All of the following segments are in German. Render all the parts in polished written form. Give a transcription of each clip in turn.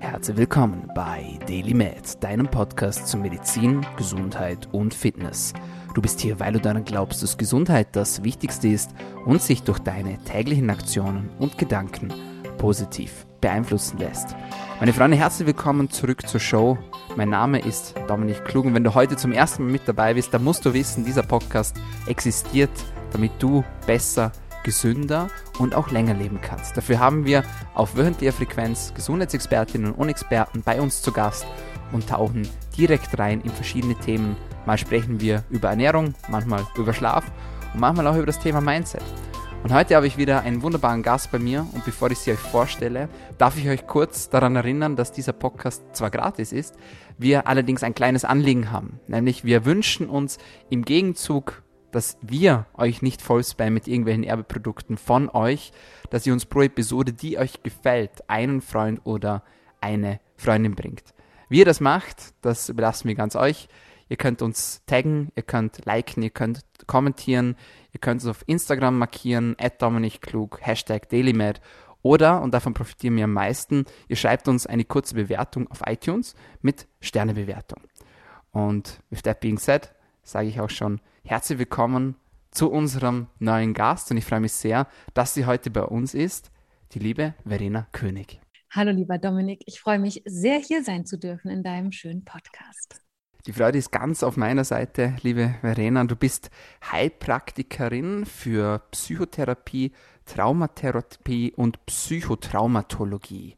Herzlich willkommen bei DailyMed, deinem Podcast zu Medizin, Gesundheit und Fitness. Du bist hier, weil du daran glaubst, dass Gesundheit das Wichtigste ist und sich durch deine täglichen Aktionen und Gedanken positiv beeinflussen lässt. Meine Freunde, herzlich willkommen zurück zur Show. Mein Name ist Dominik Klug und wenn du heute zum ersten Mal mit dabei bist, dann musst du wissen, dieser Podcast existiert, damit du besser, gesünder und auch länger leben kannst. Dafür haben wir auf wöchentlicher Frequenz Gesundheitsexpertinnen und Experten bei uns zu Gast und tauchen direkt rein in verschiedene Themen. Mal sprechen wir über Ernährung, manchmal über Schlaf und manchmal auch über das Thema Mindset. Und heute habe ich wieder einen wunderbaren Gast bei mir und bevor ich sie euch vorstelle, darf ich euch kurz daran erinnern, dass dieser Podcast zwar gratis ist, wir allerdings ein kleines Anliegen haben. Nämlich wir wünschen uns im Gegenzug, dass wir euch nicht vollspammen mit irgendwelchen Erbeprodukten von euch, dass ihr uns pro Episode, die euch gefällt, einen Freund oder eine Freundin bringt. Wie ihr das macht, das überlassen wir ganz euch. Ihr könnt uns taggen, ihr könnt liken, ihr könnt kommentieren, ihr könnt uns auf Instagram markieren, @DominikKlug, #DailyMed oder, und davon profitieren wir am meisten, ihr schreibt uns eine kurze Bewertung auf iTunes mit Sternebewertung. Und with that being said, sage ich auch schon herzlich willkommen zu unserem neuen Gast und ich freue mich sehr, dass sie heute bei uns ist, die liebe Verena König. Hallo lieber Dominik, ich freue mich sehr, hier sein zu dürfen in deinem schönen Podcast. Die Freude ist ganz auf meiner Seite, liebe Verena. Du bist Heilpraktikerin für Psychotherapie, Traumatherapie und Psychotraumatologie.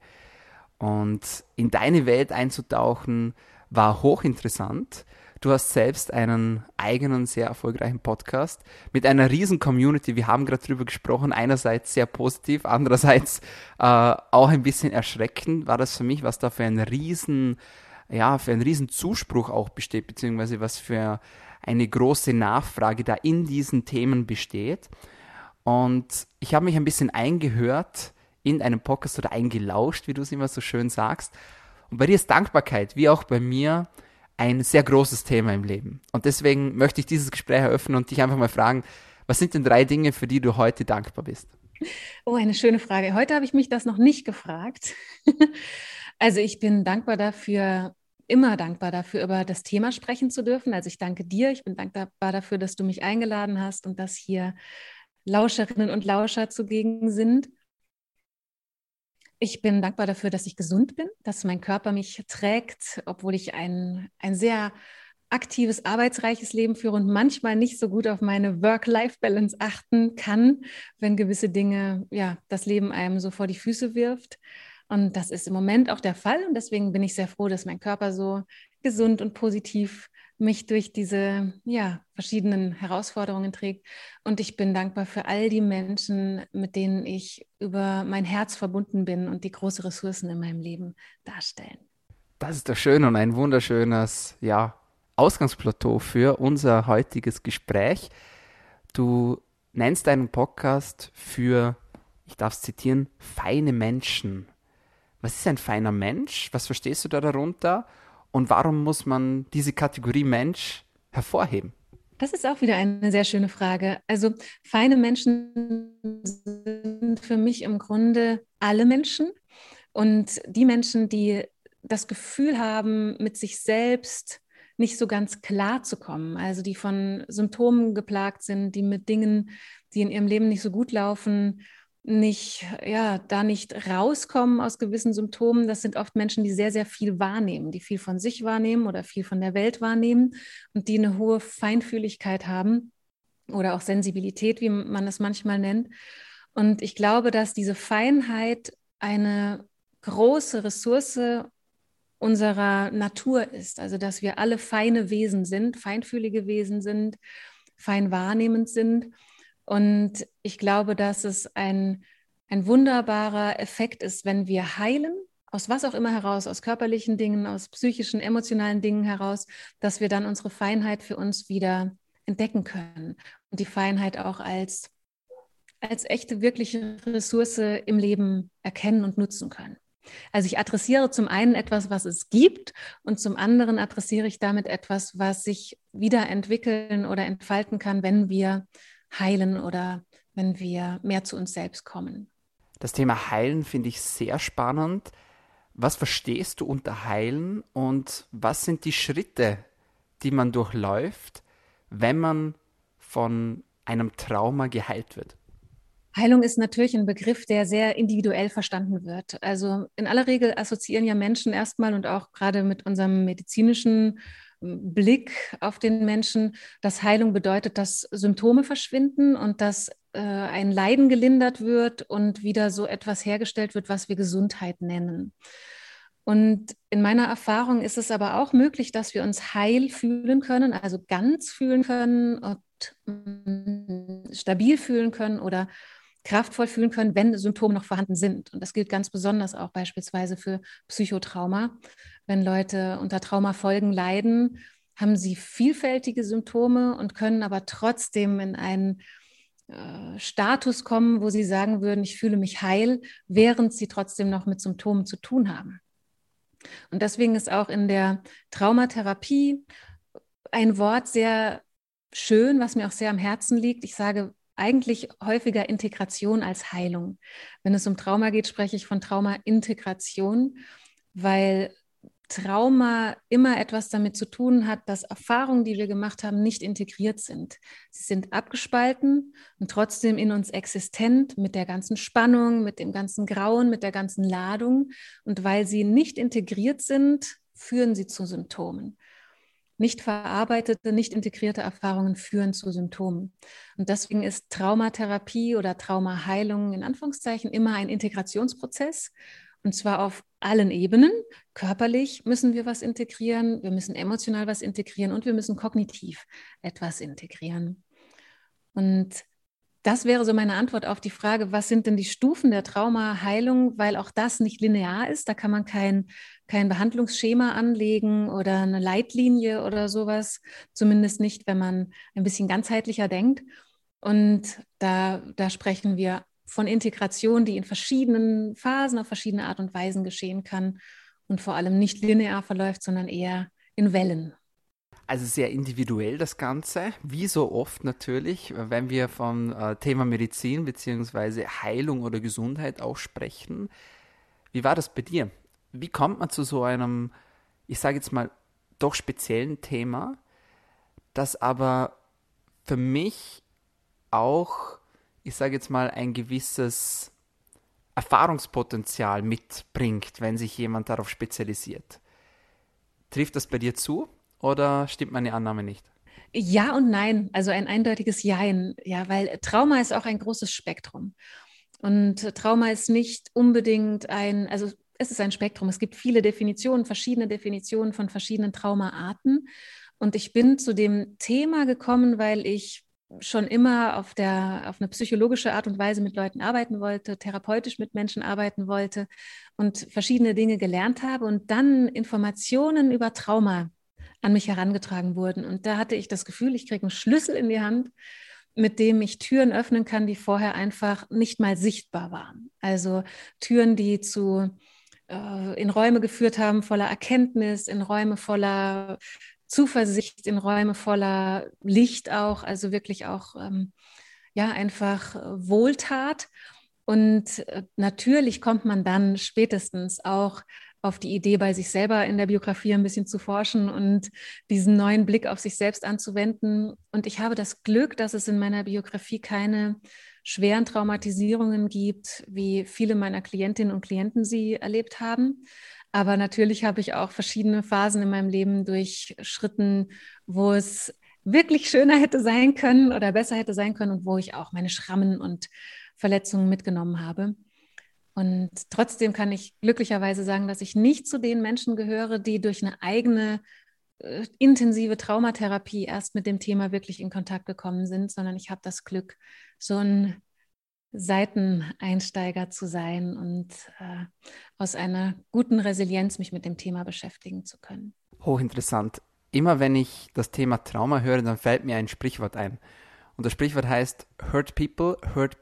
Und in deine Welt einzutauchen war hochinteressant. Du hast selbst einen eigenen, sehr erfolgreichen Podcast mit einer riesen Community. Wir haben gerade drüber gesprochen, einerseits sehr positiv, andererseits auch ein bisschen erschreckend war das für mich, was da für ein riesen Zuspruch auch besteht, beziehungsweise was für eine große Nachfrage da in diesen Themen besteht. Und ich habe mich ein bisschen eingehört in einem Podcast oder eingelauscht, wie du es immer so schön sagst. Und bei dir ist Dankbarkeit, wie auch bei mir, ein sehr großes Thema im Leben. Und deswegen möchte ich dieses Gespräch eröffnen und dich einfach mal fragen, was sind denn 3 Dinge, für die du heute dankbar bist? Oh, eine schöne Frage. Heute habe ich mich das noch nicht gefragt. Also ich bin dankbar dafür, immer dankbar dafür, über das Thema sprechen zu dürfen. Also ich danke dir, ich bin dankbar dafür, dass du mich eingeladen hast und dass hier Lauscherinnen und Lauscher zugegen sind. Ich bin dankbar dafür, dass ich gesund bin, dass mein Körper mich trägt, obwohl ich ein sehr aktives, arbeitsreiches Leben führe und manchmal nicht so gut auf meine Work-Life-Balance achten kann, wenn gewisse Dinge, das Leben einem so vor die Füße wirft. Und das ist im Moment auch der Fall. Und deswegen bin ich sehr froh, dass mein Körper so gesund und positiv mich durch diese verschiedenen Herausforderungen trägt. Und ich bin dankbar für all die Menschen, mit denen ich über mein Herz verbunden bin und die große Ressourcen in meinem Leben darstellen. Das ist doch schön und ein wunderschönes, Ausgangsplateau für unser heutiges Gespräch. Du nennst deinen Podcast für, ich darf es zitieren, feine Menschen. Was ist ein feiner Mensch? Was verstehst du da darunter? Und warum muss man diese Kategorie Mensch hervorheben? Das ist auch wieder eine sehr schöne Frage. Also feine Menschen sind für mich im Grunde alle Menschen und die Menschen, die das Gefühl haben, mit sich selbst nicht so ganz klar zu kommen, also die von Symptomen geplagt sind, die mit Dingen, die in ihrem Leben nicht so gut laufen, nicht rauskommen aus gewissen Symptomen. Das sind oft Menschen, die sehr, sehr viel wahrnehmen, die viel von sich wahrnehmen oder viel von der Welt wahrnehmen und die eine hohe Feinfühligkeit haben oder auch Sensibilität, wie man das manchmal nennt. Und ich glaube, dass diese Feinheit eine große Ressource unserer Natur ist. Also, dass wir alle feine Wesen sind, feinfühlige Wesen sind, fein wahrnehmend sind. Und ich glaube, dass es ein wunderbarer Effekt ist, wenn wir heilen, aus was auch immer heraus, aus körperlichen Dingen, aus psychischen, emotionalen Dingen heraus, dass wir dann unsere Feinheit für uns wieder entdecken können und die Feinheit auch als echte, wirkliche Ressource im Leben erkennen und nutzen können. Also ich adressiere zum einen etwas, was es gibt und zum anderen adressiere ich damit etwas, was sich wieder entwickeln oder entfalten kann, wenn wir heilen oder wenn wir mehr zu uns selbst kommen. Das Thema Heilen finde ich sehr spannend, was verstehst du unter Heilen und was sind die Schritte, die man durchläuft, wenn man von einem Trauma geheilt wird? Heilung ist natürlich ein Begriff, der sehr individuell verstanden wird. Also in aller Regel assoziieren ja Menschen erstmal und auch gerade mit unserem medizinischen Blick auf den Menschen, dass Heilung bedeutet, dass Symptome verschwinden und dass ein Leiden gelindert wird und wieder so etwas hergestellt wird, was wir Gesundheit nennen. Und in meiner Erfahrung ist es aber auch möglich, dass wir uns heil fühlen können, also ganz fühlen können und stabil fühlen können oder kraftvoll fühlen können, wenn Symptome noch vorhanden sind. Und das gilt ganz besonders auch beispielsweise für Psychotrauma. Wenn Leute unter Traumafolgen leiden, haben sie vielfältige Symptome und können aber trotzdem in einen Status kommen, wo sie sagen würden, ich fühle mich heil, während sie trotzdem noch mit Symptomen zu tun haben. Und deswegen ist auch in der Traumatherapie ein Wort sehr schön, was mir auch sehr am Herzen liegt. Ich sage eigentlich häufiger Integration als Heilung. Wenn es um Trauma geht, spreche ich von Trauma-Integration, weil Trauma immer etwas damit zu tun hat, dass Erfahrungen, die wir gemacht haben, nicht integriert sind. Sie sind abgespalten und trotzdem in uns existent mit der ganzen Spannung, mit dem ganzen Grauen, mit der ganzen Ladung. Und weil sie nicht integriert sind, führen sie zu Symptomen. Nicht verarbeitete, nicht integrierte Erfahrungen führen zu Symptomen. Und deswegen ist Traumatherapie oder Traumaheilung in Anführungszeichen immer ein Integrationsprozess. Und zwar auf allen Ebenen. Körperlich müssen wir was integrieren, wir müssen emotional was integrieren und wir müssen kognitiv etwas integrieren. Und das wäre so meine Antwort auf die Frage, was sind denn die Stufen der Traumaheilung, weil auch das nicht linear ist. Da kann man kein Behandlungsschema anlegen oder eine Leitlinie oder sowas, zumindest nicht, wenn man ein bisschen ganzheitlicher denkt. Und da sprechen wir von Integration, die in verschiedenen Phasen auf verschiedene Art und Weisen geschehen kann und vor allem nicht linear verläuft, sondern eher in Wellen. Also sehr individuell das Ganze, wie so oft natürlich, wenn wir vom Thema Medizin bzw. Heilung oder Gesundheit auch sprechen. Wie war das bei dir? Wie kommt man zu so einem, ich sage jetzt mal, doch speziellen Thema, das aber für mich auch, ich sage jetzt mal, ein gewisses Erfahrungspotenzial mitbringt, wenn sich jemand darauf spezialisiert? Trifft das bei dir zu? Oder stimmt meine Annahme nicht? Ja und nein, also ein eindeutiges Jein, ja, weil Trauma ist auch ein großes Spektrum. Und Trauma ist nicht unbedingt also es ist ein Spektrum. Es gibt viele Definitionen, verschiedene Definitionen von verschiedenen Traumaarten. Und ich bin zu dem Thema gekommen, weil ich schon immer auf eine psychologische Art und Weise mit Leuten arbeiten wollte, therapeutisch mit Menschen arbeiten wollte und verschiedene Dinge gelernt habe und dann Informationen über Trauma an mich herangetragen wurden. Und da hatte ich das Gefühl, ich kriege einen Schlüssel in die Hand, mit dem ich Türen öffnen kann, die vorher einfach nicht mal sichtbar waren. Also Türen, die in Räume geführt haben voller Erkenntnis, in Räume voller Zuversicht, in Räume voller Licht auch, also wirklich auch ja, einfach Wohltat. Und natürlich kommt man dann spätestens auch auf die Idee, bei sich selber in der Biografie ein bisschen zu forschen und diesen neuen Blick auf sich selbst anzuwenden. Und ich habe das Glück, dass es in meiner Biografie keine schweren Traumatisierungen gibt, wie viele meiner Klientinnen und Klienten sie erlebt haben. Aber natürlich habe ich auch verschiedene Phasen in meinem Leben durchschritten, wo es wirklich schöner hätte sein können oder besser hätte sein können und wo ich auch meine Schrammen und Verletzungen mitgenommen habe. Und trotzdem kann ich glücklicherweise sagen, dass ich nicht zu den Menschen gehöre, die durch eine eigene intensive Traumatherapie erst mit dem Thema wirklich in Kontakt gekommen sind, sondern ich habe das Glück, so ein Seiteneinsteiger zu sein und aus einer guten Resilienz mich mit dem Thema beschäftigen zu können. Hochinteressant. Immer wenn ich das Thema Trauma höre, dann fällt mir ein Sprichwort ein. Und das Sprichwort heißt, hurt people,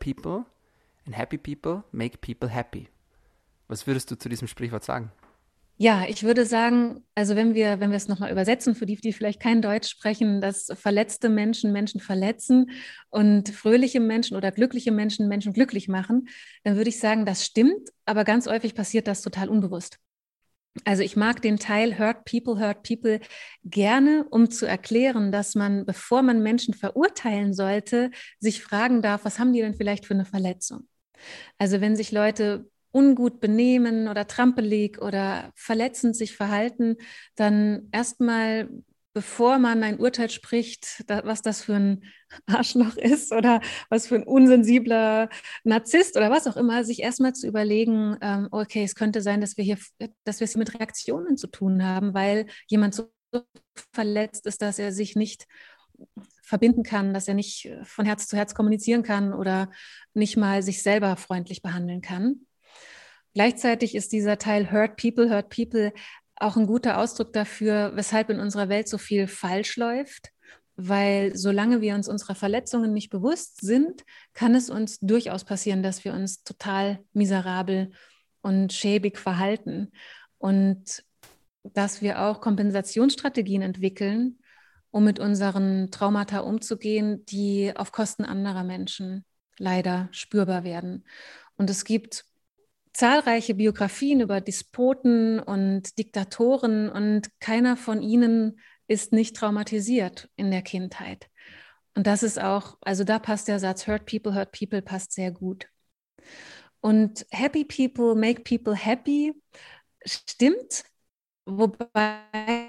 and happy people make people happy. Was würdest du zu diesem Sprichwort sagen? Ja, ich würde sagen, also wenn wir es nochmal übersetzen, für die vielleicht kein Deutsch sprechen, dass verletzte Menschen Menschen verletzen und fröhliche Menschen oder glückliche Menschen Menschen glücklich machen, dann würde ich sagen, das stimmt, aber ganz häufig passiert das total unbewusst. Also ich mag den Teil hurt people gerne, um zu erklären, dass man, bevor man Menschen verurteilen sollte, sich fragen darf, was haben die denn vielleicht für eine Verletzung? Also wenn sich Leute ungut benehmen oder trampelig oder verletzend sich verhalten, dann erstmal, bevor man ein Urteil spricht, was das für ein Arschloch ist oder was für ein unsensibler Narzisst oder was auch immer, sich erstmal zu überlegen, okay, es könnte sein, dass wir es mit Reaktionen zu tun haben, weil jemand so verletzt ist, dass er sich nicht verbinden kann, dass er nicht von Herz zu Herz kommunizieren kann oder nicht mal sich selber freundlich behandeln kann. Gleichzeitig ist dieser Teil hurt people auch ein guter Ausdruck dafür, weshalb in unserer Welt so viel falsch läuft. Weil solange wir uns unserer Verletzungen nicht bewusst sind, kann es uns durchaus passieren, dass wir uns total miserabel und schäbig verhalten. Und dass wir auch Kompensationsstrategien entwickeln, um mit unseren Traumata umzugehen, die auf Kosten anderer Menschen leider spürbar werden. Und es gibt zahlreiche Biografien über Despoten und Diktatoren und keiner von ihnen ist nicht traumatisiert in der Kindheit. Und das ist auch, also da passt der Satz hurt people passt sehr gut. Und happy people make people happy stimmt, wobei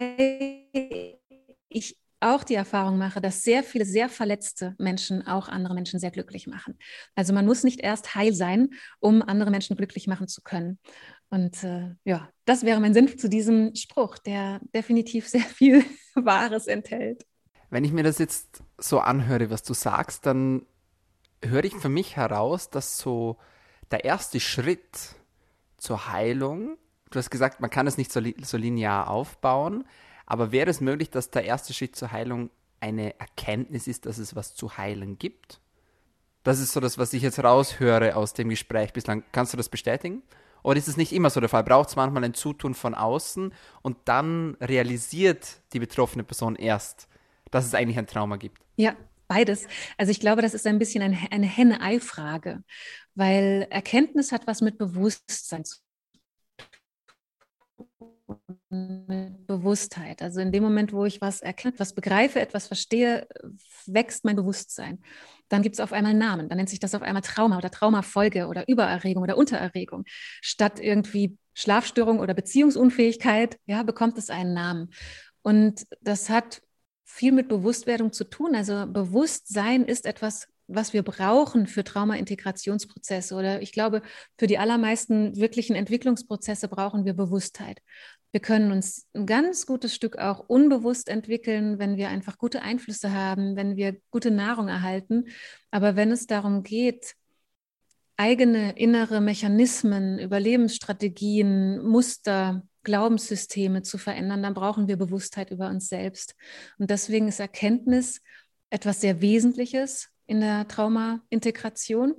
ich auch die Erfahrung mache, dass sehr viele sehr verletzte Menschen auch andere Menschen sehr glücklich machen. Also man muss nicht erst heil sein, um andere Menschen glücklich machen zu können. Und ja, das wäre mein Sinn zu diesem Spruch, der definitiv sehr viel Wahres enthält. Wenn ich mir das jetzt so anhöre, was du sagst, dann höre ich für mich heraus, dass so der erste Schritt zur Heilung, du hast gesagt, man kann es nicht so linear aufbauen, aber wäre es möglich, dass der erste Schritt zur Heilung eine Erkenntnis ist, dass es was zu heilen gibt? Das ist so das, was ich jetzt raushöre aus dem Gespräch bislang. Kannst du das bestätigen? Oder ist es nicht immer so der Fall? Braucht es manchmal ein Zutun von außen und dann realisiert die betroffene Person erst, dass es eigentlich ein Trauma gibt? Ja, beides. Also ich glaube, das ist ein bisschen eine Henne-Ei-Frage, weil Erkenntnis hat was mit Bewusstsein zu mit Bewusstheit. Also in dem Moment, wo ich was erkenne, etwas begreife, etwas verstehe, wächst mein Bewusstsein. Dann gibt es auf einmal einen Namen. Dann nennt sich das auf einmal Trauma oder Traumafolge oder Übererregung oder Untererregung. Statt irgendwie Schlafstörung oder Beziehungsunfähigkeit, ja, bekommt es einen Namen. Und das hat viel mit Bewusstwerdung zu tun. Also Bewusstsein ist etwas, was wir brauchen für Trauma-Integrationsprozesse oder ich glaube, für die allermeisten wirklichen Entwicklungsprozesse brauchen wir Bewusstheit. Wir können uns ein ganz gutes Stück auch unbewusst entwickeln, wenn wir einfach gute Einflüsse haben, wenn wir gute Nahrung erhalten. Aber wenn es darum geht, eigene innere Mechanismen, Überlebensstrategien, Muster, Glaubenssysteme zu verändern, dann brauchen wir Bewusstheit über uns selbst. Und deswegen ist Erkenntnis etwas sehr Wesentliches in der Trauma-Integration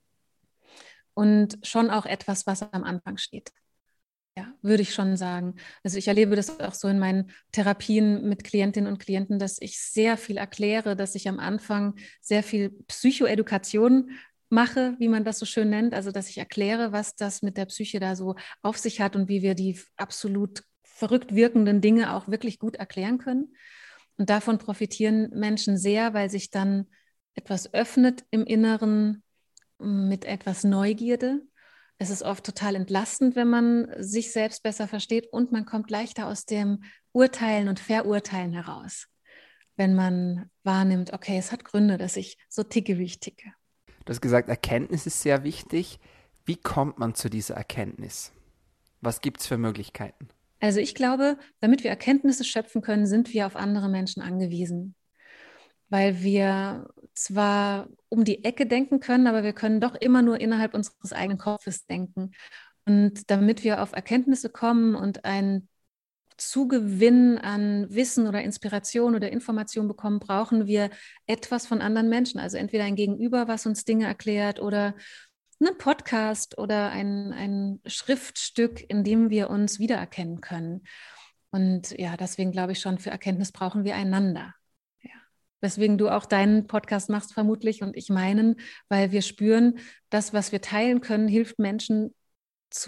und schon auch etwas, was am Anfang steht. Ja, würde ich schon sagen. Also ich erlebe das auch so in meinen Therapien mit Klientinnen und Klienten, dass ich sehr viel erkläre, dass ich am Anfang sehr viel Psychoedukation mache, wie man das so schön nennt. Also dass ich erkläre, was das mit der Psyche da so auf sich hat und wie wir die absolut verrückt wirkenden Dinge auch wirklich gut erklären können. Und davon profitieren Menschen sehr, weil sich dann etwas öffnet im Inneren mit etwas Neugierde. Es ist oft total entlastend, wenn man sich selbst besser versteht und man kommt leichter aus dem Urteilen und Verurteilen heraus, wenn man wahrnimmt, okay, es hat Gründe, dass ich so ticke, wie ich ticke. Du hast gesagt, Erkenntnis ist sehr wichtig. Wie kommt man zu dieser Erkenntnis? Was gibt es für Möglichkeiten? Also ich glaube, damit wir Erkenntnisse schöpfen können, sind wir auf andere Menschen angewiesen, weil wir zwar um die Ecke denken können, aber wir können doch immer nur innerhalb unseres eigenen Kopfes denken. Und damit wir auf Erkenntnisse kommen und einen Zugewinn an Wissen oder Inspiration oder Information bekommen, brauchen wir etwas von anderen Menschen. Also entweder ein Gegenüber, was uns Dinge erklärt oder einen Podcast oder ein Schriftstück, in dem wir uns wiedererkennen können. Und ja, deswegen glaube ich schon, für Erkenntnis brauchen wir einander. Ja. Weswegen du auch deinen Podcast machst vermutlich und ich meinen, weil wir spüren, das, was wir teilen können, hilft Menschen zu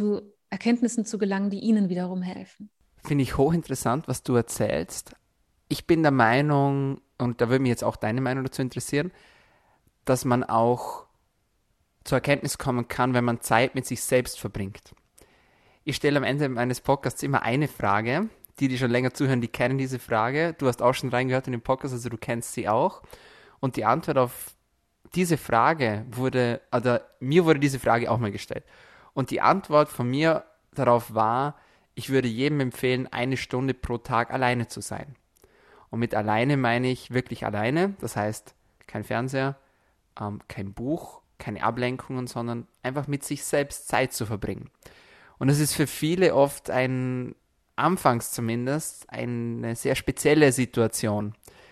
Erkenntnissen zu gelangen, die ihnen wiederum helfen. Finde ich hochinteressant, was du erzählst. Ich bin der Meinung, und da würde mich jetzt auch deine Meinung dazu interessieren, dass man auch zur Erkenntnis kommen kann, wenn man Zeit mit sich selbst verbringt. Ich stelle am Ende meines Podcasts immer eine Frage. Die schon länger zuhören, die kennen diese Frage. Du hast auch schon reingehört in den Podcast, also du kennst sie auch. Und die Antwort auf diese Frage mir wurde diese Frage auch mal gestellt. Und die Antwort von mir darauf war, ich würde jedem empfehlen, 1 Stunde pro Tag alleine zu sein. Und mit alleine meine ich wirklich alleine. Das heißt, kein Fernseher, kein Buch, keine Ablenkungen, sondern einfach mit sich selbst Zeit zu verbringen. Und das ist für viele oft anfangs zumindest, eine sehr spezielle Situation.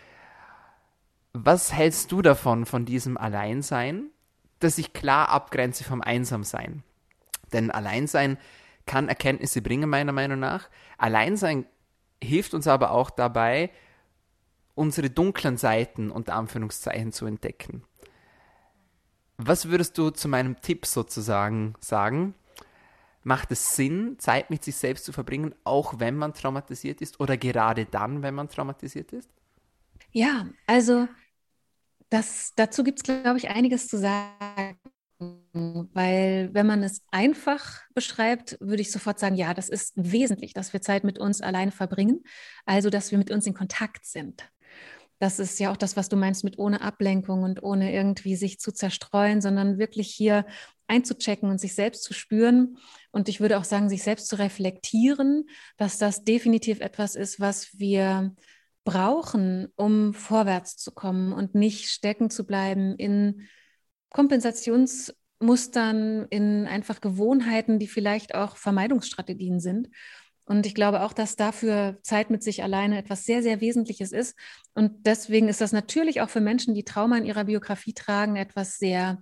Was hältst du davon, von diesem Alleinsein, das ich klar abgrenze vom Einsamsein? Denn Alleinsein kann Erkenntnisse bringen, meiner Meinung nach. Alleinsein hilft uns aber auch dabei, unsere dunklen Seiten unter Anführungszeichen zu entdecken. Was würdest du zu meinem Tipp sozusagen sagen? Macht es Sinn, Zeit mit sich selbst zu verbringen, auch wenn man traumatisiert ist oder gerade dann, wenn man traumatisiert ist? Ja, also dazu gibt es, glaube ich, einiges zu sagen. Weil wenn man es einfach beschreibt, würde ich sofort sagen, ja, das ist wesentlich, dass wir Zeit mit uns alleine verbringen, also dass wir mit uns in Kontakt sind. Das ist ja auch das, was du meinst mit ohne Ablenkung und ohne irgendwie sich zu zerstreuen, sondern wirklich hier einzuchecken und sich selbst zu spüren. Und ich würde auch sagen, sich selbst zu reflektieren, dass das definitiv etwas ist, was wir brauchen, um vorwärts zu kommen und nicht stecken zu bleiben in Kompensationsmustern, in einfach Gewohnheiten, die vielleicht auch Vermeidungsstrategien sind. Und ich glaube auch, dass dafür Zeit mit sich alleine etwas sehr, sehr Wesentliches ist. Und deswegen ist das natürlich auch für Menschen, die Trauma in ihrer Biografie tragen, etwas sehr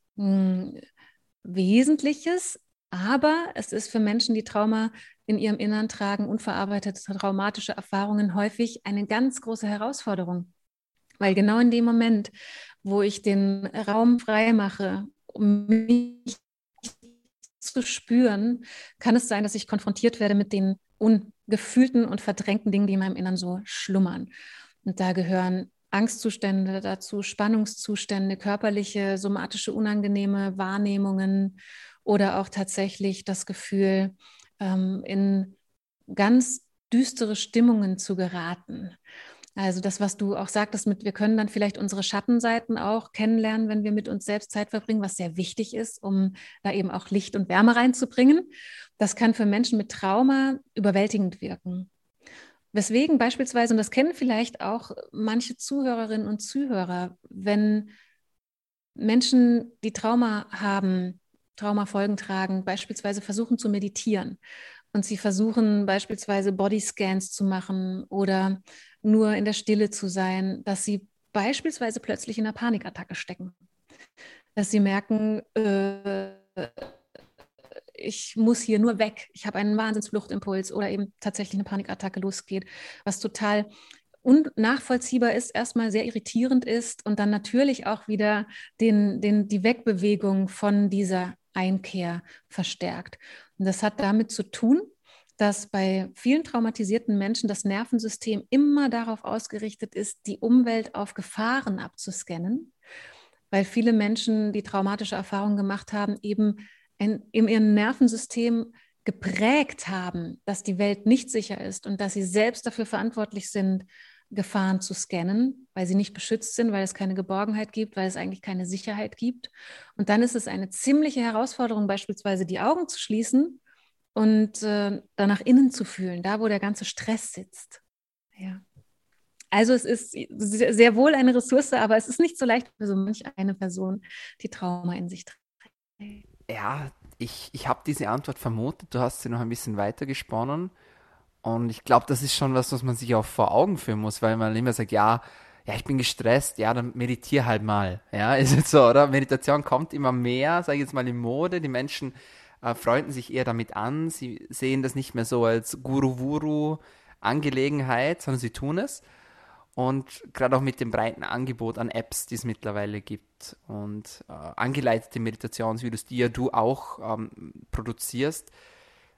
Wesentliches. Aber es ist für Menschen, die Trauma in ihrem Innern tragen, unverarbeitete traumatische Erfahrungen, häufig eine ganz große Herausforderung. Weil genau in dem Moment, wo ich den Raum frei mache, um mich zu spüren, kann es sein, dass ich konfrontiert werde mit den ungefühlten und verdrängten Dingen, die in meinem Innern so schlummern. Und da gehören Angstzustände dazu, Spannungszustände, körperliche, somatische, unangenehme Wahrnehmungen oder auch tatsächlich das Gefühl, in ganz düstere Stimmungen zu geraten. Also das, was du auch sagtest, wir können dann vielleicht unsere Schattenseiten auch kennenlernen, wenn wir mit uns selbst Zeit verbringen, was sehr wichtig ist, um da eben auch Licht und Wärme reinzubringen. Das kann für Menschen mit Trauma überwältigend wirken. Weswegen beispielsweise, und das kennen vielleicht auch manche Zuhörerinnen und Zuhörer, wenn Menschen, die Trauma haben, Traumafolgen tragen, beispielsweise versuchen zu meditieren und sie versuchen beispielsweise Bodyscans zu machen oder nur in der Stille zu sein, dass sie beispielsweise plötzlich in einer Panikattacke stecken. Dass sie merken, ich muss hier nur weg, ich habe einen Wahnsinnsfluchtimpuls oder eben tatsächlich eine Panikattacke losgeht, was total unnachvollziehbar ist, erstmal sehr irritierend ist und dann natürlich auch wieder die Wegbewegung von dieser Einkehr verstärkt. Und das hat damit zu tun, dass bei vielen traumatisierten Menschen das Nervensystem immer darauf ausgerichtet ist, die Umwelt auf Gefahren abzuscannen, weil viele Menschen, die traumatische Erfahrungen gemacht haben, eben in ihrem Nervensystem geprägt haben, dass die Welt nicht sicher ist und dass sie selbst dafür verantwortlich sind, Gefahren zu scannen, weil sie nicht beschützt sind, weil es keine Geborgenheit gibt, weil es eigentlich keine Sicherheit gibt. Und dann ist es eine ziemliche Herausforderung, beispielsweise die Augen zu schließen und dann nach innen zu fühlen, da wo der ganze Stress sitzt. Ja. Also es ist sehr wohl eine Ressource, aber es ist nicht so leicht für so manch eine Person, die Trauma in sich trägt. Ja, ich habe diese Antwort vermutet, du hast sie noch ein bisschen weiter gesponnen und ich glaube, das ist schon was man sich auch vor Augen führen muss, weil man immer sagt, ja, ich bin gestresst, ja, dann meditiere halt mal, ja, ist jetzt so, oder? Meditation kommt immer mehr, sage ich jetzt mal, in Mode, die Menschen freunden sich eher damit an, sie sehen das nicht mehr so als Guru-Wuru-Angelegenheit, sondern sie tun es. Und gerade auch mit dem breiten Angebot an Apps, die es mittlerweile gibt und angeleitete Meditationsvideos, die ja du auch produzierst,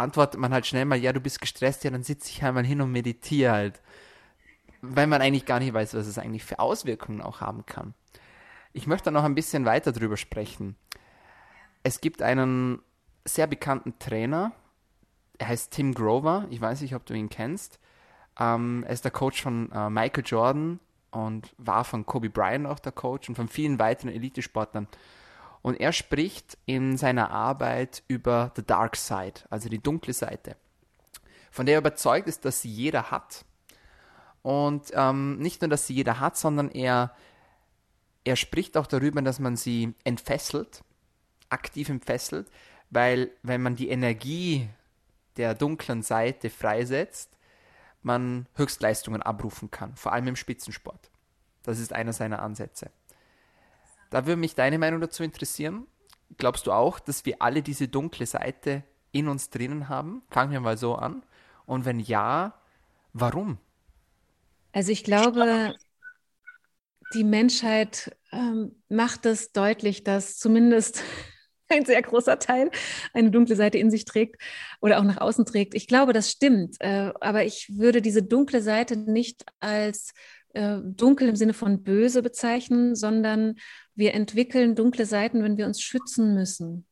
antwortet man halt schnell mal, ja, du bist gestresst, ja, dann sitze ich halt mal hin und meditiere halt. Weil man eigentlich gar nicht weiß, was es eigentlich für Auswirkungen auch haben kann. Ich möchte noch ein bisschen weiter drüber sprechen. Es gibt einen sehr bekannten Trainer, er heißt Tim Grover, ich weiß nicht, ob du ihn kennst. Er ist der Coach von Michael Jordan und war von Kobe Bryant auch der Coach und von vielen weiteren Elitesportlern. Und er spricht in seiner Arbeit über the dark side, also die dunkle Seite, von der er überzeugt ist, dass sie jeder hat. Und nicht nur, dass sie jeder hat, sondern er spricht auch darüber, dass man sie entfesselt, aktiv entfesselt, weil wenn man die Energie der dunklen Seite freisetzt, man Höchstleistungen abrufen kann, vor allem im Spitzensport. Das ist einer seiner Ansätze. Da würde mich deine Meinung dazu interessieren. Glaubst du auch, dass wir alle diese dunkle Seite in uns drinnen haben? Fangen wir mal so an. Und wenn ja, warum? Also ich glaube, die Menschheit macht es deutlich, dass zumindest ein sehr großer Teil eine dunkle Seite in sich trägt oder auch nach außen trägt. Ich glaube, das stimmt, aber ich würde diese dunkle Seite nicht als dunkel im Sinne von böse bezeichnen, sondern wir entwickeln dunkle Seiten, wenn wir uns schützen müssen.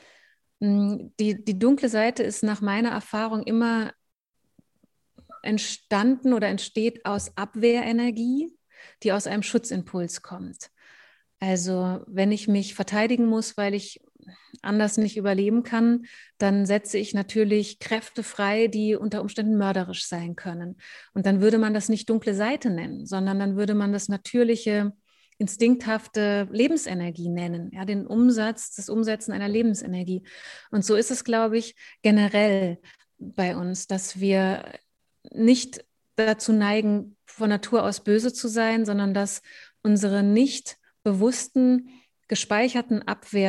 Die dunkle Seite ist nach meiner Erfahrung immer entstanden oder entsteht aus Abwehrenergie, die aus einem Schutzimpuls kommt. Also wenn ich mich verteidigen muss, weil ich anders nicht überleben kann, dann setze ich natürlich Kräfte frei, die unter Umständen mörderisch sein können. Und dann würde man das nicht dunkle Seite nennen, sondern dann würde man das natürliche, instinkthafte Lebensenergie nennen, ja, das Umsetzen einer Lebensenergie. Und so ist es, glaube ich, generell bei uns, dass wir nicht dazu neigen, von Natur aus böse zu sein, sondern dass unsere nicht bewussten, gespeicherten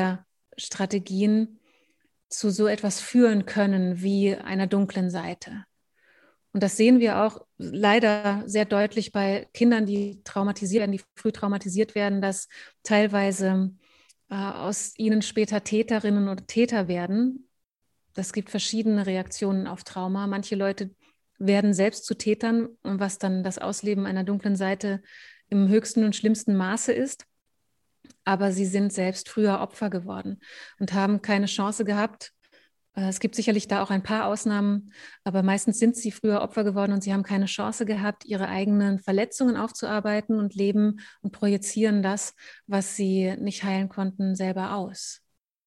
Abwehrstrategien zu so etwas führen können wie einer dunklen Seite. Und das sehen wir auch leider sehr deutlich bei Kindern, die traumatisiert werden, die früh traumatisiert werden, dass teilweise aus ihnen später Täterinnen oder Täter werden. Das gibt verschiedene Reaktionen auf Trauma. Manche Leute werden selbst zu Tätern, was dann das Ausleben einer dunklen Seite im höchsten und schlimmsten Maße ist. Aber sie sind selbst früher Opfer geworden und haben keine Chance gehabt. Es gibt sicherlich da auch ein paar Ausnahmen, aber meistens sind sie früher Opfer geworden und sie haben keine Chance gehabt, ihre eigenen Verletzungen aufzuarbeiten und leben und projizieren das, was sie nicht heilen konnten, selber aus.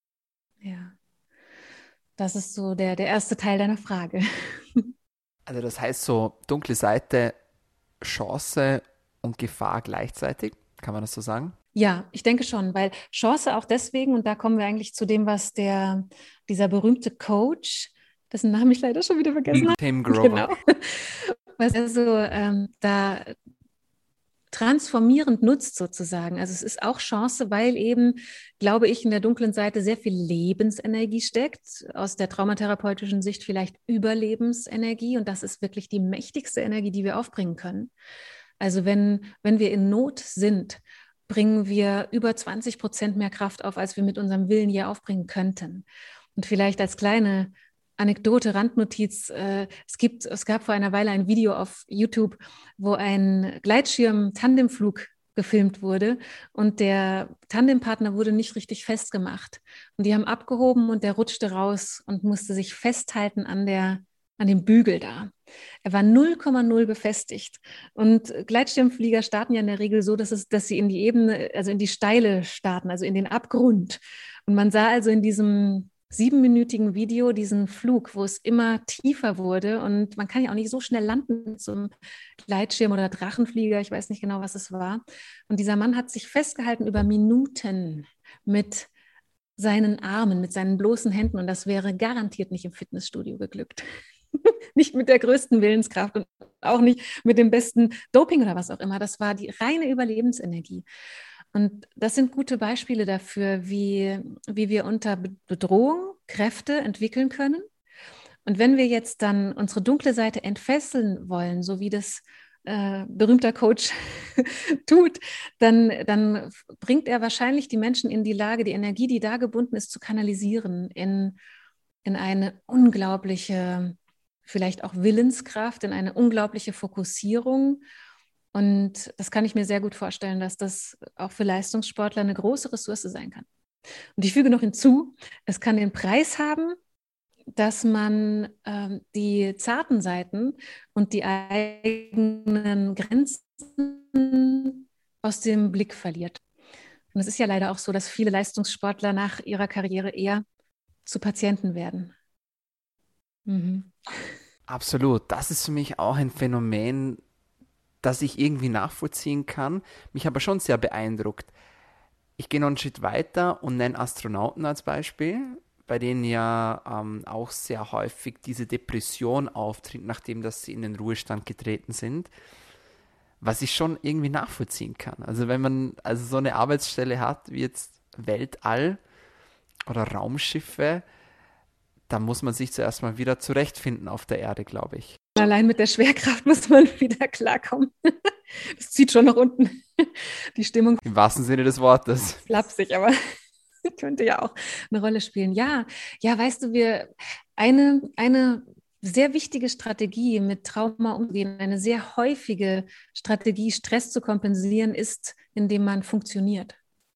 Ja, das ist so der erste Teil deiner Frage. Also das heißt so, dunkle Seite, Chance und Gefahr gleichzeitig, kann man das so sagen? Ja, ich denke schon, weil Chance auch deswegen, und da kommen wir eigentlich zu dem, was dieser berühmte Coach, dessen Namen ich leider schon wieder vergessen habe. Tim Grover. Genau. Was er so da transformierend nutzt sozusagen. Also es ist auch Chance, weil eben, glaube ich, in der dunklen Seite sehr viel Lebensenergie steckt, aus der traumatherapeutischen Sicht vielleicht Überlebensenergie, und das ist wirklich die mächtigste Energie, die wir aufbringen können. Also wenn wir in Not sind, bringen wir über 20% mehr Kraft auf, als wir mit unserem Willen je aufbringen könnten. Und vielleicht als kleine Anekdote, Randnotiz, es gab vor einer Weile ein Video auf YouTube, wo ein Gleitschirm-Tandemflug gefilmt wurde und der Tandempartner wurde nicht richtig festgemacht. Und die haben abgehoben und der rutschte raus und musste sich festhalten an dem Bügel da. Er war 0,0 befestigt. Und Gleitschirmflieger starten ja in der Regel so, dass sie in die Ebene, also in die Steile starten, also in den Abgrund. Und man sah also in diesem 7-minütigen Video diesen Flug, wo es immer tiefer wurde. Und man kann ja auch nicht so schnell landen zum Gleitschirm oder Drachenflieger, ich weiß nicht genau, was es war. Und dieser Mann hat sich festgehalten über Minuten mit seinen Armen, mit seinen bloßen Händen. Und das wäre garantiert nicht im Fitnessstudio geglückt. Nicht mit der größten Willenskraft und auch nicht mit dem besten Doping oder was auch immer. Das war die reine Überlebensenergie. Und das sind gute Beispiele dafür, wie wir unter Bedrohung Kräfte entwickeln können. Und wenn wir jetzt dann unsere dunkle Seite entfesseln wollen, so wie das berühmter Coach tut, dann bringt er wahrscheinlich die Menschen in die Lage, die Energie, die da gebunden ist, zu kanalisieren in in eine unglaubliche, vielleicht auch Willenskraft, in eine unglaubliche Fokussierung. Und das kann ich mir sehr gut vorstellen, dass das auch für Leistungssportler eine große Ressource sein kann. Und ich füge noch hinzu, es kann den Preis haben, dass man die zarten Seiten und die eigenen Grenzen aus dem Blick verliert. Und es ist ja leider auch so, dass viele Leistungssportler nach ihrer Karriere eher zu Patienten werden. Mhm. Absolut. Das ist für mich auch ein Phänomen, das ich irgendwie nachvollziehen kann, mich aber schon sehr beeindruckt. Ich gehe noch einen Schritt weiter und nenne Astronauten als Beispiel, bei denen ja auch sehr häufig diese Depression auftritt, nachdem dass sie in den Ruhestand getreten sind, was ich schon irgendwie nachvollziehen kann. Also wenn man also so eine Arbeitsstelle hat wie jetzt Weltall oder Raumschiffe, dann muss man sich zuerst mal wieder zurechtfinden auf der Erde, glaube ich. Allein mit der Schwerkraft muss man wieder klarkommen. Das zieht schon nach unten. Die Stimmung. Im wahrsten Sinne des Wortes. Flapsig, aber könnte ja auch eine Rolle spielen. Ja, ja, weißt du, eine sehr wichtige Strategie, mit Trauma umzugehen, eine sehr häufige Strategie, Stress zu kompensieren, ist, indem man funktioniert.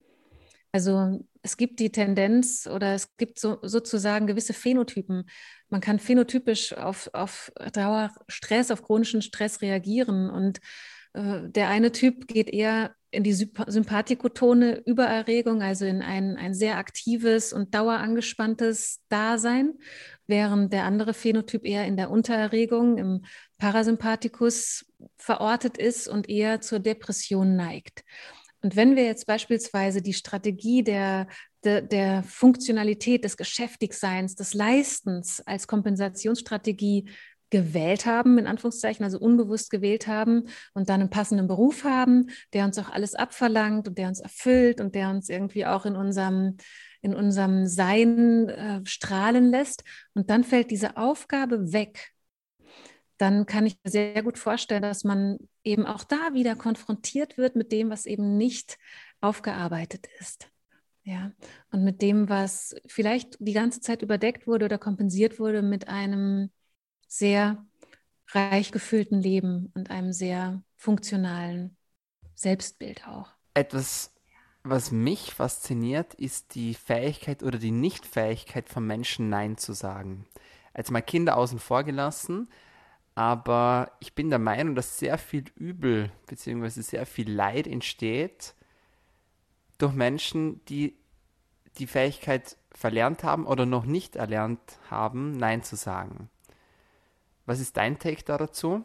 Also es gibt die Tendenz oder es gibt sozusagen gewisse Phänotypen. Man kann phänotypisch auf Dauerstress, auf chronischen Stress reagieren. Und der eine Typ geht eher in die sympathikotone Übererregung, also in ein sehr aktives und dauerangespanntes Dasein, während der andere Phänotyp eher in der Untererregung, im Parasympathikus verortet ist und eher zur Depression neigt. Und wenn wir jetzt beispielsweise die Strategie der Funktionalität, des Geschäftigseins, des Leistens als Kompensationsstrategie gewählt haben, in Anführungszeichen, also unbewusst gewählt haben und dann einen passenden Beruf haben, der uns auch alles abverlangt und der uns erfüllt und der uns irgendwie auch in unserem Sein strahlen lässt. Und dann fällt diese Aufgabe weg, dann kann ich mir sehr gut vorstellen, dass man eben auch da wieder konfrontiert wird mit dem, was eben nicht aufgearbeitet ist. Ja, und mit dem, was vielleicht die ganze Zeit überdeckt wurde oder kompensiert wurde mit einem sehr reich gefüllten Leben und einem sehr funktionalen Selbstbild auch. Etwas, was mich fasziniert, ist die Fähigkeit oder die Nichtfähigkeit von Menschen, Nein zu sagen. Als mal Kinder außen vor gelassen, aber ich bin der Meinung, dass sehr viel Übel bzw. sehr viel Leid entsteht durch Menschen, die die Fähigkeit verlernt haben oder noch nicht erlernt haben, Nein zu sagen. Was ist dein Take da dazu?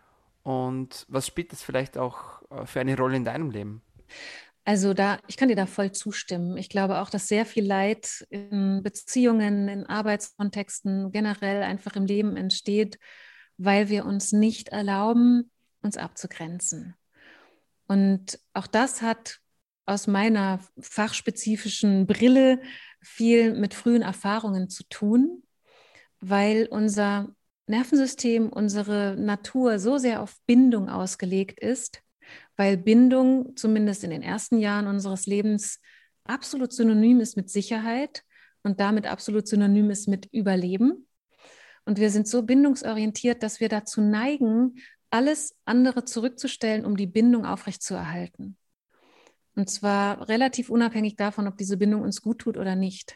Und was spielt das vielleicht auch für eine Rolle in deinem Leben? Also ich kann dir da voll zustimmen. Ich glaube auch, dass sehr viel Leid in Beziehungen, in Arbeitskontexten, generell einfach im Leben entsteht, weil wir uns nicht erlauben, uns abzugrenzen. Und auch das hat aus meiner fachspezifischen Brille viel mit frühen Erfahrungen zu tun, weil unser Nervensystem, unsere Natur so sehr auf Bindung ausgelegt ist, weil Bindung zumindest in den ersten Jahren unseres Lebens absolut synonym ist mit Sicherheit und damit absolut synonym ist mit Überleben. Und wir sind so bindungsorientiert, dass wir dazu neigen, alles andere zurückzustellen, um die Bindung aufrechtzuerhalten. Und zwar relativ unabhängig davon, ob diese Bindung uns gut tut oder nicht.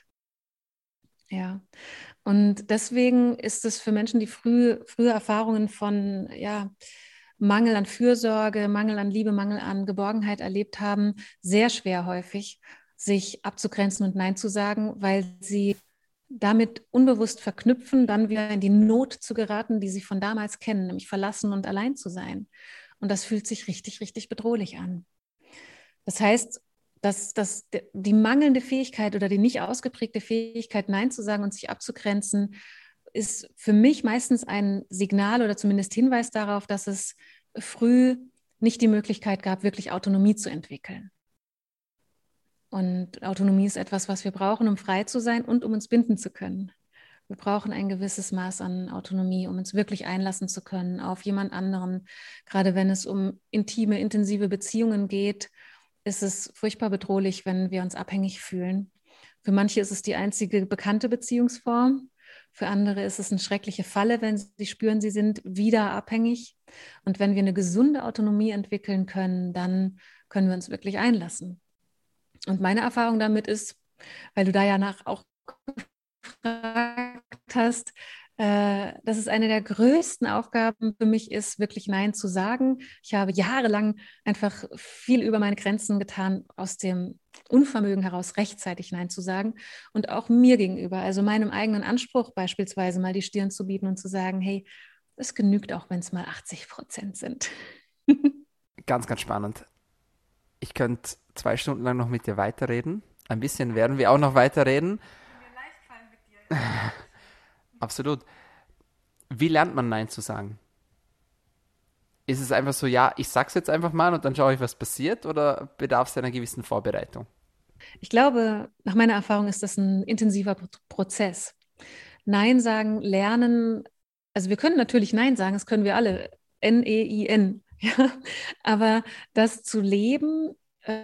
Ja. Und deswegen ist es für Menschen, die frühe Erfahrungen von Mangel an Fürsorge, Mangel an Liebe, Mangel an Geborgenheit erlebt haben, sehr schwer häufig, sich abzugrenzen und Nein zu sagen, weil sie damit unbewusst verknüpfen, dann wieder in die Not zu geraten, die sie von damals kennen, nämlich verlassen und allein zu sein. Und das fühlt sich richtig, richtig bedrohlich an. Das heißt, dass die mangelnde Fähigkeit oder die nicht ausgeprägte Fähigkeit, Nein zu sagen und sich abzugrenzen, ist für mich meistens ein Signal oder zumindest Hinweis darauf, dass es früh nicht die Möglichkeit gab, wirklich Autonomie zu entwickeln. Und Autonomie ist etwas, was wir brauchen, um frei zu sein und um uns binden zu können. Wir brauchen ein gewisses Maß an Autonomie, um uns wirklich einlassen zu können auf jemand anderen. Gerade wenn es um intime, intensive Beziehungen geht, ist es furchtbar bedrohlich, wenn wir uns abhängig fühlen. Für manche ist es die einzige bekannte Beziehungsform Für andere ist es eine schreckliche Falle, wenn sie spüren, sie sind wieder abhängig. Und wenn wir eine gesunde Autonomie entwickeln können, dann können wir uns wirklich einlassen. Und meine Erfahrung damit ist, weil du da ja nach auch gefragt hast, dass es eine der größten Aufgaben für mich ist, wirklich Nein zu sagen. Ich habe jahrelang einfach viel über meine Grenzen getan, aus dem Unvermögen heraus rechtzeitig Nein zu sagen und auch mir gegenüber, also meinem eigenen Anspruch beispielsweise mal die Stirn zu bieten und zu sagen, hey, es genügt auch, wenn es mal 80% sind. Ganz, ganz spannend. Ich könnte 2 Stunden lang noch mit dir weiterreden. Ein bisschen werden wir auch noch weiterreden. Mir leicht fallen mit dir. Absolut. Wie lernt man Nein zu sagen? Ist es einfach so, ja, ich sag's jetzt einfach mal und dann schaue ich, was passiert, oder bedarf es einer gewissen Vorbereitung? Ich glaube, nach meiner Erfahrung ist das ein intensiver Prozess. Nein sagen, lernen, also wir können natürlich Nein sagen, das können wir alle, N-E-I-N, ja? Aber das zu leben,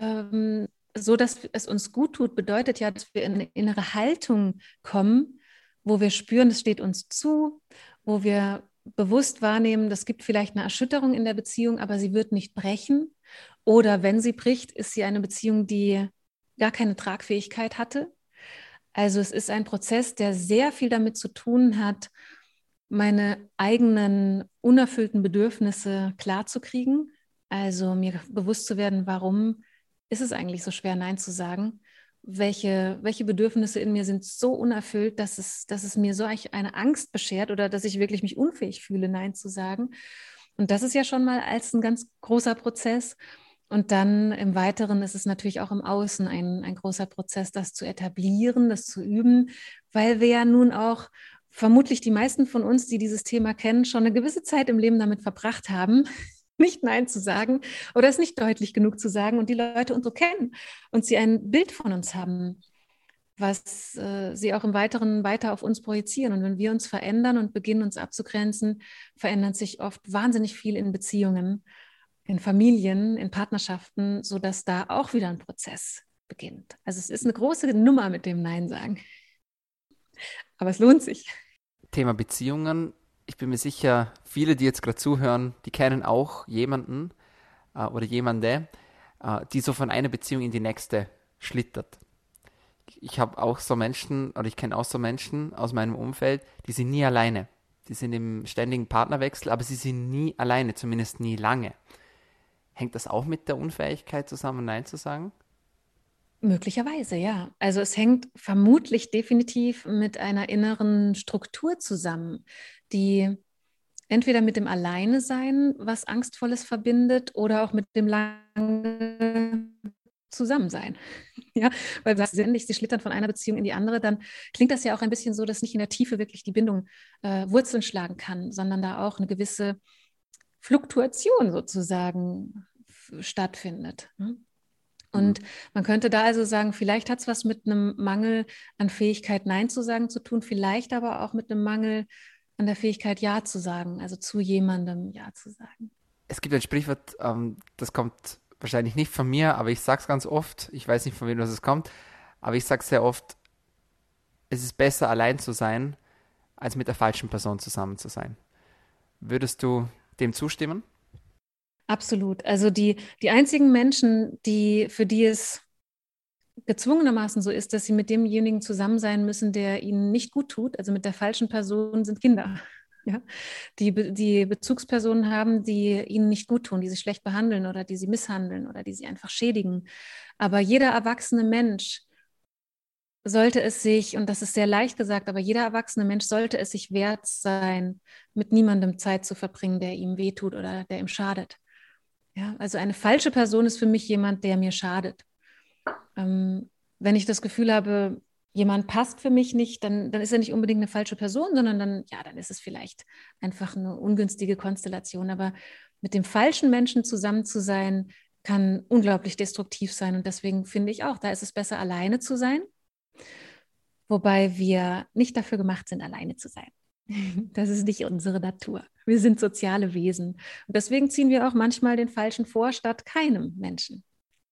so dass es uns gut tut, bedeutet ja, dass wir in eine innere Haltung kommen, wo wir spüren, es steht uns zu, wo wir bewusst wahrnehmen, das gibt vielleicht eine Erschütterung in der Beziehung, aber sie wird nicht brechen. Oder wenn sie bricht, ist sie eine Beziehung, die gar keine Tragfähigkeit hatte. Also es ist ein Prozess, der sehr viel damit zu tun hat, meine eigenen unerfüllten Bedürfnisse klarzukriegen. Also mir bewusst zu werden, warum ist es eigentlich so schwer, Nein zu sagen? Welche Bedürfnisse in mir sind so unerfüllt, dass es mir so eine Angst beschert oder dass ich wirklich mich unfähig fühle, Nein zu sagen. Und das ist ja schon mal als ein ganz großer Prozess. Und dann im Weiteren ist es natürlich auch im Außen ein großer Prozess, das zu etablieren, das zu üben, weil wir ja nun auch vermutlich die meisten von uns, die dieses Thema kennen, schon eine gewisse Zeit im Leben damit verbracht haben, nicht Nein zu sagen oder es nicht deutlich genug zu sagen und die Leute uns so kennen und sie ein Bild von uns haben, was sie auch im Weiteren weiter auf uns projizieren. Und wenn wir uns verändern und beginnen, uns abzugrenzen, verändert sich oft wahnsinnig viel in Beziehungen, in Familien, in Partnerschaften, sodass da auch wieder ein Prozess beginnt. Also es ist eine große Nummer mit dem Nein sagen. Aber es lohnt sich. Thema Beziehungen. Ich bin mir sicher, viele, die jetzt gerade zuhören, die kennen auch jemanden oder jemande, die so von einer Beziehung in die nächste schlittert. Ich habe auch so Menschen, oder ich kenne auch so Menschen aus meinem Umfeld, die sind nie alleine. Die sind im ständigen Partnerwechsel, aber sie sind nie alleine, zumindest nie lange. Hängt das auch mit der Unfähigkeit zusammen, Nein zu sagen? Möglicherweise, ja. Also es hängt vermutlich definitiv mit einer inneren Struktur zusammen, die entweder mit dem Alleine-Sein, was Angstvolles verbindet, oder auch mit dem lange Zusammensein. Ja, weil du sagst ständig, sie schlittern von einer Beziehung in die andere, dann klingt das ja auch ein bisschen so, dass nicht in der Tiefe wirklich die Bindung Wurzeln schlagen kann, sondern da auch eine gewisse Fluktuation sozusagen stattfindet. Ne? Und man könnte da also sagen, vielleicht hat es was mit einem Mangel an Fähigkeit, Nein zu sagen zu tun, vielleicht aber auch mit einem Mangel an der Fähigkeit, Ja zu sagen, also zu jemandem Ja zu sagen. Es gibt ein Sprichwort, das kommt wahrscheinlich nicht von mir, aber ich sage es ganz oft. Ich weiß nicht, von wem das kommt, aber ich sage sehr oft, es ist besser, allein zu sein, als mit der falschen Person zusammen zu sein. Würdest du dem zustimmen? Absolut. Also die einzigen Menschen, für die es gezwungenermaßen so ist, dass sie mit demjenigen zusammen sein müssen, der ihnen nicht gut tut, also mit der falschen Person, sind Kinder. Ja? Die Bezugspersonen haben, die ihnen nicht gut tun, die sie schlecht behandeln oder die sie misshandeln oder die sie einfach schädigen. Aber jeder erwachsene Mensch sollte es sich, und das ist sehr leicht gesagt, aber jeder erwachsene Mensch sollte es sich wert sein, mit niemandem Zeit zu verbringen, der ihm wehtut oder der ihm schadet. Ja, also eine falsche Person ist für mich jemand, der mir schadet. Wenn ich das Gefühl habe, jemand passt für mich nicht, dann ist er nicht unbedingt eine falsche Person, sondern dann ist es vielleicht einfach eine ungünstige Konstellation. Aber mit dem falschen Menschen zusammen zu sein, kann unglaublich destruktiv sein. Und deswegen finde ich auch, da ist es besser, alleine zu sein, wobei wir nicht dafür gemacht sind, alleine zu sein. Das ist nicht unsere Natur. Wir sind soziale Wesen. Und deswegen ziehen wir auch manchmal den Falschen vor, statt keinem Menschen.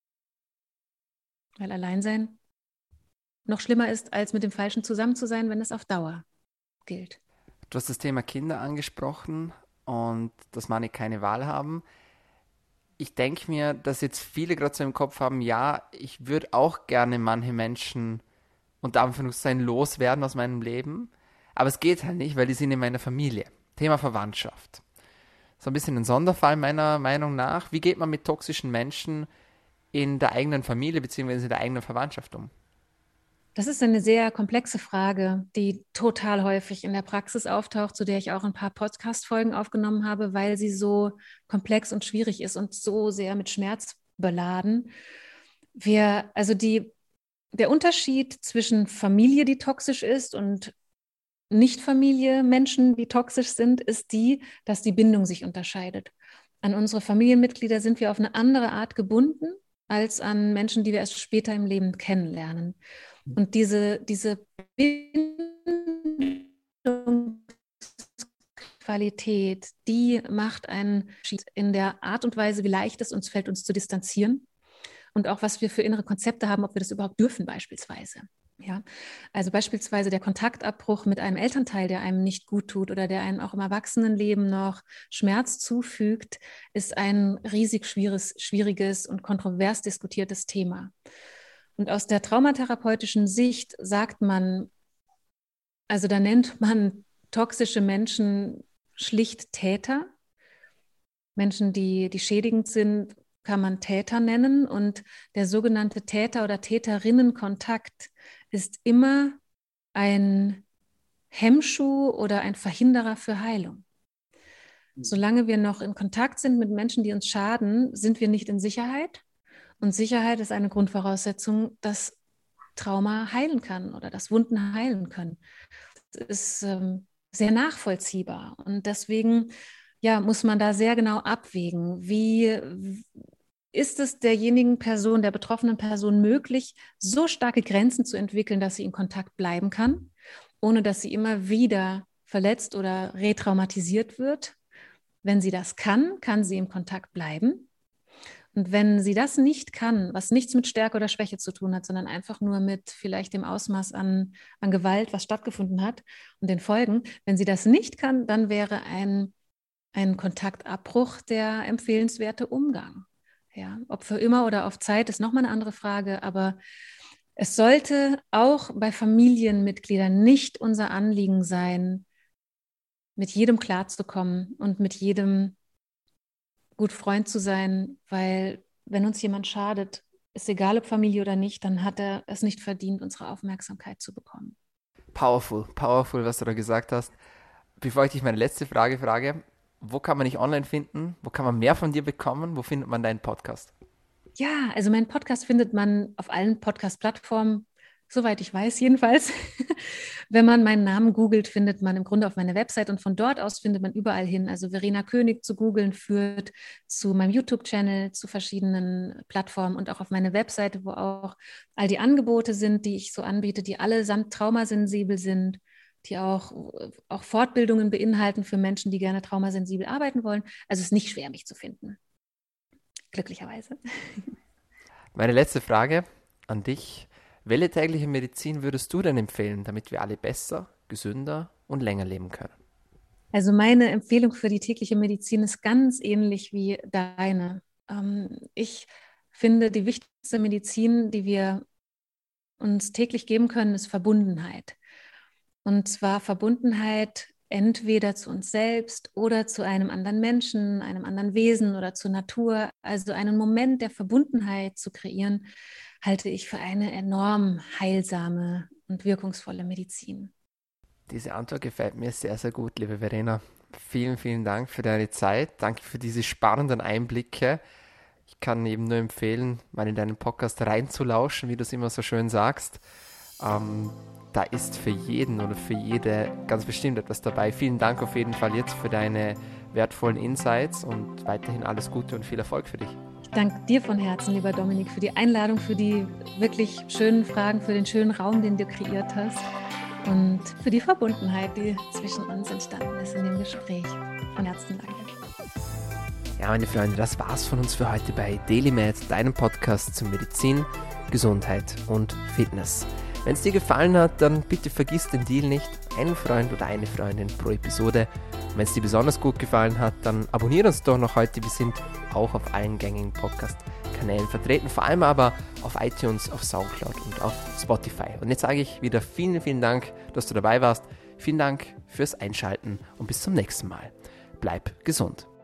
Weil Alleinsein noch schlimmer ist, als mit dem Falschen zusammen zu sein, wenn es auf Dauer gilt. Du hast das Thema Kinder angesprochen und dass manche keine Wahl haben. Ich denke mir, dass jetzt viele gerade so im Kopf haben, ja, ich würde auch gerne manche Menschen unter Anführungszeichen loswerden aus meinem Leben, aber es geht halt nicht, weil die sind in meiner Familie. Thema Verwandtschaft. So ein bisschen ein Sonderfall meiner Meinung nach. Wie geht man mit toxischen Menschen in der eigenen Familie bzw. in der eigenen Verwandtschaft um? Das ist eine sehr komplexe Frage, die total häufig in der Praxis auftaucht, zu der ich auch ein paar Podcast-Folgen aufgenommen habe, weil sie so komplex und schwierig ist und so sehr mit Schmerz beladen. Der Unterschied zwischen Familie, die toxisch ist, und Nicht-Familie, Menschen, die toxisch sind, ist dass die Bindung sich unterscheidet. An unsere Familienmitglieder sind wir auf eine andere Art gebunden als an Menschen, die wir erst später im Leben kennenlernen. Und diese Bindungsqualität, die macht einen Unterschied in der Art und Weise, wie leicht es uns fällt, uns zu distanzieren und auch, was wir für innere Konzepte haben, ob wir das überhaupt dürfen beispielsweise. Ja, also beispielsweise der Kontaktabbruch mit einem Elternteil, der einem nicht gut tut oder der einem auch im Erwachsenenleben noch Schmerz zufügt, ist ein riesig schwieriges und kontrovers diskutiertes Thema. Und aus der traumatherapeutischen Sicht sagt man, also da nennt man toxische Menschen schlicht Täter. Menschen, die schädigend sind, kann man Täter nennen. Und der sogenannte Täter- oder Täterinnenkontakt ist immer ein Hemmschuh oder ein Verhinderer für Heilung. Solange wir noch in Kontakt sind mit Menschen, die uns schaden, sind wir nicht in Sicherheit. Und Sicherheit ist eine Grundvoraussetzung, dass Trauma heilen kann oder dass Wunden heilen können. Das ist sehr nachvollziehbar. Und deswegen muss man da sehr genau abwägen, wie ist es derjenigen Person, der betroffenen Person möglich, so starke Grenzen zu entwickeln, dass sie in Kontakt bleiben kann, ohne dass sie immer wieder verletzt oder retraumatisiert wird. Wenn sie das kann sie im Kontakt bleiben. Und wenn sie das nicht kann, was nichts mit Stärke oder Schwäche zu tun hat, sondern einfach nur mit vielleicht dem Ausmaß an Gewalt, was stattgefunden hat und den Folgen, wenn sie das nicht kann, dann wäre ein Kontaktabbruch der empfehlenswerte Umgang. Ja, ob für immer oder auf Zeit ist nochmal eine andere Frage, aber es sollte auch bei Familienmitgliedern nicht unser Anliegen sein, mit jedem klarzukommen und mit jedem gut Freund zu sein, weil wenn uns jemand schadet, ist egal ob Familie oder nicht, dann hat er es nicht verdient, unsere Aufmerksamkeit zu bekommen. Powerful, was du da gesagt hast. Bevor ich dich meine letzte Frage frage, wo kann man dich online finden? Wo kann man mehr von dir bekommen? Wo findet man deinen Podcast? Ja, also meinen Podcast findet man auf allen Podcast-Plattformen, soweit ich weiß jedenfalls. Wenn man meinen Namen googelt, findet man im Grunde auf meine Website und von dort aus findet man überall hin. Also Verena König zu googeln führt zu meinem YouTube-Channel, zu verschiedenen Plattformen und auch auf meine Webseite, wo auch all die Angebote sind, die ich so anbiete, die allesamt traumasensibel sind, die auch Fortbildungen beinhalten für Menschen, die gerne traumasensibel arbeiten wollen. Also es ist nicht schwer, mich zu finden. Glücklicherweise. Meine letzte Frage an dich. Welche tägliche Medizin würdest du denn empfehlen, damit wir alle besser, gesünder und länger leben können? Also meine Empfehlung für die tägliche Medizin ist ganz ähnlich wie deine. Ich finde, die wichtigste Medizin, die wir uns täglich geben können, ist Verbundenheit. Und zwar Verbundenheit entweder zu uns selbst oder zu einem anderen Menschen, einem anderen Wesen oder zur Natur. Also einen Moment der Verbundenheit zu kreieren, halte ich für eine enorm heilsame und wirkungsvolle Medizin. Diese Antwort gefällt mir sehr, sehr gut, liebe Verena. Vielen, vielen Dank für deine Zeit. Danke für diese spannenden Einblicke. Ich kann eben nur empfehlen, mal in deinen Podcast reinzulauschen, wie du es immer so schön sagst. Da ist für jeden oder für jede ganz bestimmt etwas dabei. Vielen Dank auf jeden Fall jetzt für deine wertvollen Insights und weiterhin alles Gute und viel Erfolg für dich. Ich danke dir von Herzen, lieber Dominik, für die Einladung, für die wirklich schönen Fragen, für den schönen Raum, den du kreiert hast und für die Verbundenheit, die zwischen uns entstanden ist in dem Gespräch. Von Herzen danke. Ja, meine Freunde, das war's von uns für heute bei DailyMed, deinem Podcast zu Medizin, Gesundheit und Fitness. Wenn es dir gefallen hat, dann bitte vergiss den Deal nicht. einen Freund oder eine Freundin pro Episode. Wenn es dir besonders gut gefallen hat, dann abonniere uns doch noch heute. Wir sind auch auf allen gängigen Podcast-Kanälen vertreten, vor allem aber auf iTunes, auf Soundcloud und auf Spotify. Und jetzt sage ich wieder vielen, vielen Dank, dass du dabei warst. Vielen Dank fürs Einschalten und bis zum nächsten Mal. Bleib gesund.